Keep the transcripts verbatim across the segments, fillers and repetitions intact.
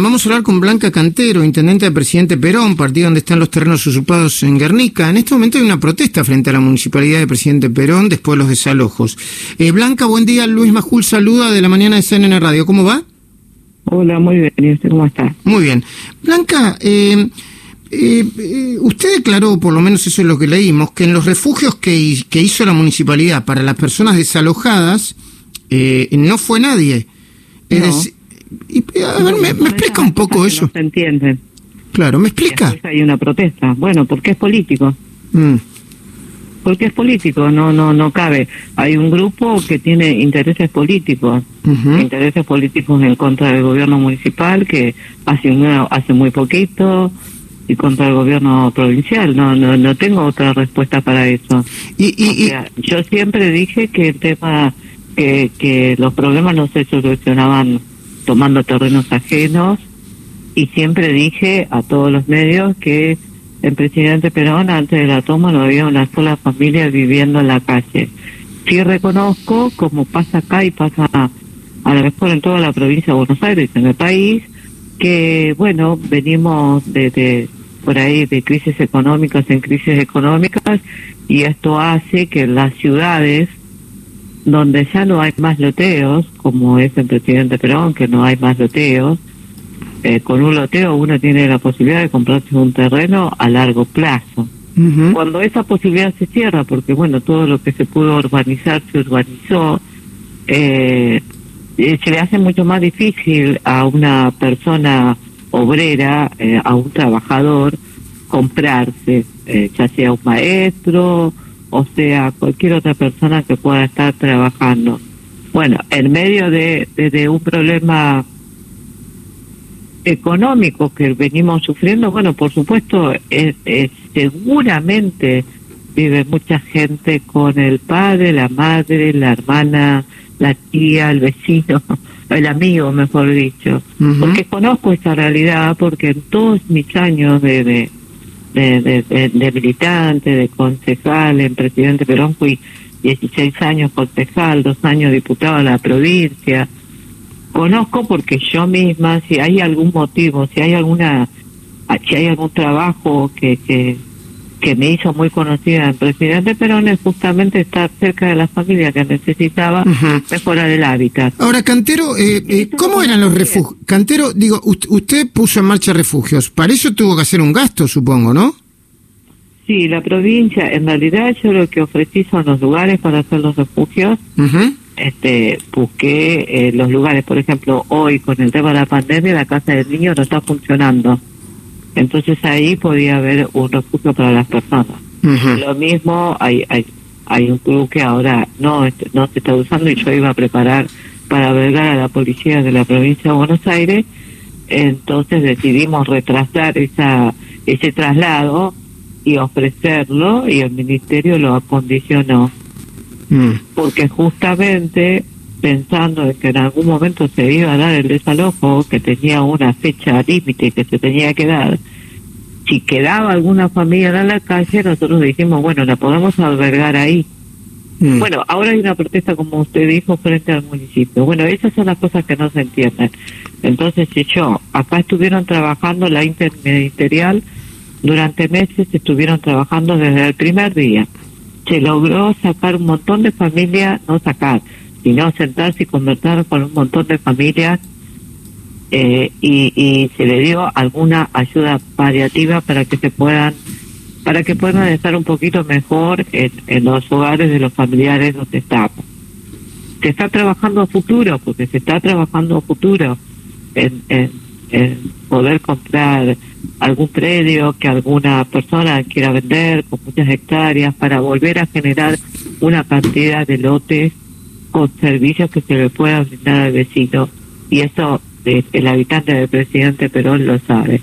vamos a hablar con Blanca Cantero, intendente del presidente Perón, partido donde están los terrenos usurpados en Guernica. En este momento hay una protesta frente a la municipalidad del presidente Perón después de los desalojos. Eh, Blanca, buen día. Luis Majul saluda de la mañana de C N N Radio. ¿Cómo va? Hola, muy bien. ¿Y usted cómo está? Muy bien. Blanca, eh, eh, eh, usted declaró, por lo menos eso es lo que leímos, que en los refugios que, que hizo la municipalidad para las personas desalojadas eh, no fue nadie. Es No. decir, y, a ver, me, me explica un poco eso. No se entiende. Claro, ¿me explica? Después hay una protesta. Bueno, porque es político. Mm. Porque es político, no no no cabe. Hay un grupo que tiene intereses políticos, Uh-huh. intereses políticos en contra del gobierno municipal, que hace una, hace muy poquito, y contra el gobierno provincial. No no no tengo otra respuesta para eso. Y, y, O sea, yo siempre dije que el tema, que, que los problemas no se solucionaban tomando terrenos ajenos, y siempre dije a todos los medios que el presidente Perón, antes de la toma, no había una sola familia viviendo en la calle. Sí reconozco, como pasa acá y pasa a lo mejor en toda la provincia de Buenos Aires, en el país, que bueno, venimos de, de por ahí de crisis económicas en crisis económicas, y esto hace que en las ciudades donde ya no hay más loteos, como es el presidente Perón, que no hay más loteos, eh, con un loteo uno tiene la posibilidad de comprarse un terreno a largo plazo. uh-huh. Cuando esa posibilidad se cierra, porque bueno, todo lo que se pudo urbanizar se urbanizó, eh, eh, se le hace mucho más difícil a una persona obrera, eh, a un trabajador, comprarse, eh, ya sea un maestro, o sea, cualquier otra persona que pueda estar trabajando. Bueno, en medio de, de, de un problema económico que venimos sufriendo, bueno, por supuesto, es, es, seguramente vive mucha gente con el padre, la madre, la hermana, la tía, el vecino, el amigo, mejor dicho. Uh-huh. Porque conozco esa realidad, porque en todos mis años de... de De, de, de, de militante, de concejal, en presidente Perón fui dieciséis años concejal, dos años diputado de la provincia. Conozco porque yo misma, si hay algún motivo, si hay alguna, si hay algún trabajo que que, que me hizo muy conocida en presidente Perón, es justamente estar cerca de la familia que necesitaba uh-huh. mejorar el hábitat. Ahora, Cantero, eh, eh, ¿cómo eran los refugios? Cantero, digo, usted, usted puso en marcha refugios. Para eso tuvo que hacer un gasto, supongo, ¿no? Sí, la provincia, en realidad yo lo que ofrecí son los lugares para hacer los refugios. Uh-huh. Este, busqué eh, los lugares, por ejemplo, hoy con el tema de la pandemia, la casa del niño no está funcionando. Entonces ahí podía haber un refugio para las personas. Uh-huh. Lo mismo, hay, hay hay un club que ahora no, no se está usando, y yo iba a preparar para albergar a la policía de la provincia de Buenos Aires. Entonces decidimos retrasar esa ese traslado y ofrecerlo, y el ministerio lo acondicionó. Mm. Porque justamente pensando en que en algún momento se iba a dar el desalojo, que tenía una fecha límite que se tenía que dar, si quedaba alguna familia en la calle, nosotros dijimos, bueno, la podemos albergar ahí. Mm. Bueno, ahora hay una protesta, como usted dijo, frente al municipio. Bueno, esas son las cosas que no se entienden. Entonces, si yo, acá estuvieron trabajando la interministerial, durante meses estuvieron trabajando desde el primer día. Se logró sacar un montón de familias, no sacar, sino sentarse y conversar con un montón de familias, eh, y, y se le dio alguna ayuda paliativa para que se puedan, para que puedan estar un poquito mejor en, en los hogares de los familiares donde estamos. Se está trabajando a futuro, porque se está trabajando a futuro en, en, en poder comprar algún predio que alguna persona quiera vender con muchas hectáreas, para volver a generar una cantidad de lotes con servicios que se le puedan brindar al vecino, y eso eh, el habitante del presidente Perón lo sabe.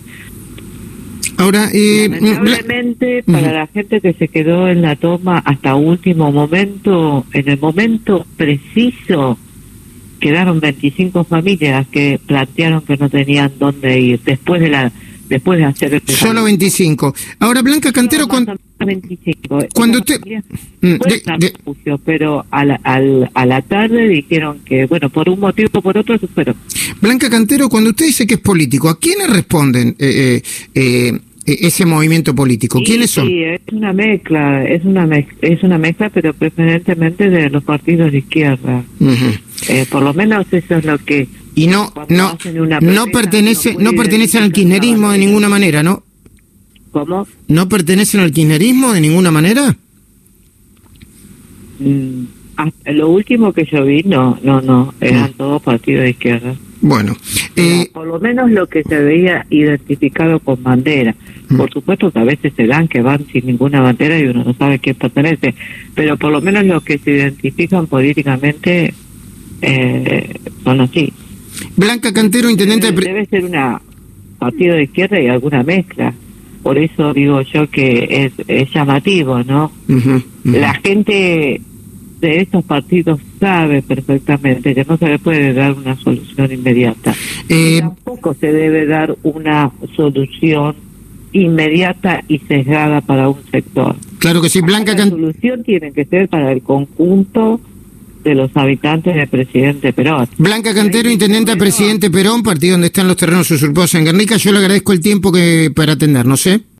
Ahora, eh, lamentablemente la... para uh-huh. la gente que se quedó en la toma hasta último momento, en el momento preciso, quedaron veinticinco familias que plantearon que no tenían dónde ir después de la después de hacer el solo veinticinco. Ahora, Blanca Cantero, cuando... veinticinco. Cuando usted... Fue de, de, refugio, pero a la, a, la, a la tarde dijeron que, bueno, por un motivo o por otro se fueron. Blanca Cantero, cuando usted dice que es político, ¿a quiénes responden eh, eh, eh, ese movimiento político? Sí, ¿Quiénes son? Sí, es una mezcla, es una mezcla, es una mezcla, pero preferentemente de los partidos de izquierda. Uh-huh. eh, por lo menos eso es lo que... Y no no no pertenece no pertenecen al kirchnerismo de ninguna manera, ¿no? ¿Cómo? ¿No pertenecen al kirchnerismo de ninguna manera? Mm, hasta lo último que yo vi, no, no, no, eran mm. todos partidos de izquierda. Bueno. Eh, por lo menos lo que se veía identificado con bandera. Mm. Por supuesto que a veces se dan que van sin ninguna bandera y uno no sabe quién pertenece, pero por lo menos los que se identifican políticamente eh, son así. Blanca Cantero, intendente... Debe, debe ser una partido de izquierda y alguna mezcla. Por eso digo yo que es, es llamativo, ¿no? Uh-huh, uh-huh. La gente de estos partidos sabe perfectamente que no se le puede dar una solución inmediata. Eh, tampoco se debe dar una solución inmediata y sesgada para un sector. Claro que sí, Blanca Cantero. La solución tiene que ser para el conjunto de los habitantes del presidente Perón. Blanca Cantero, intendente del presidente Perón, partido donde están los terrenos usurpados en Guernica. Yo le agradezco el tiempo que para atendernos, ¿eh?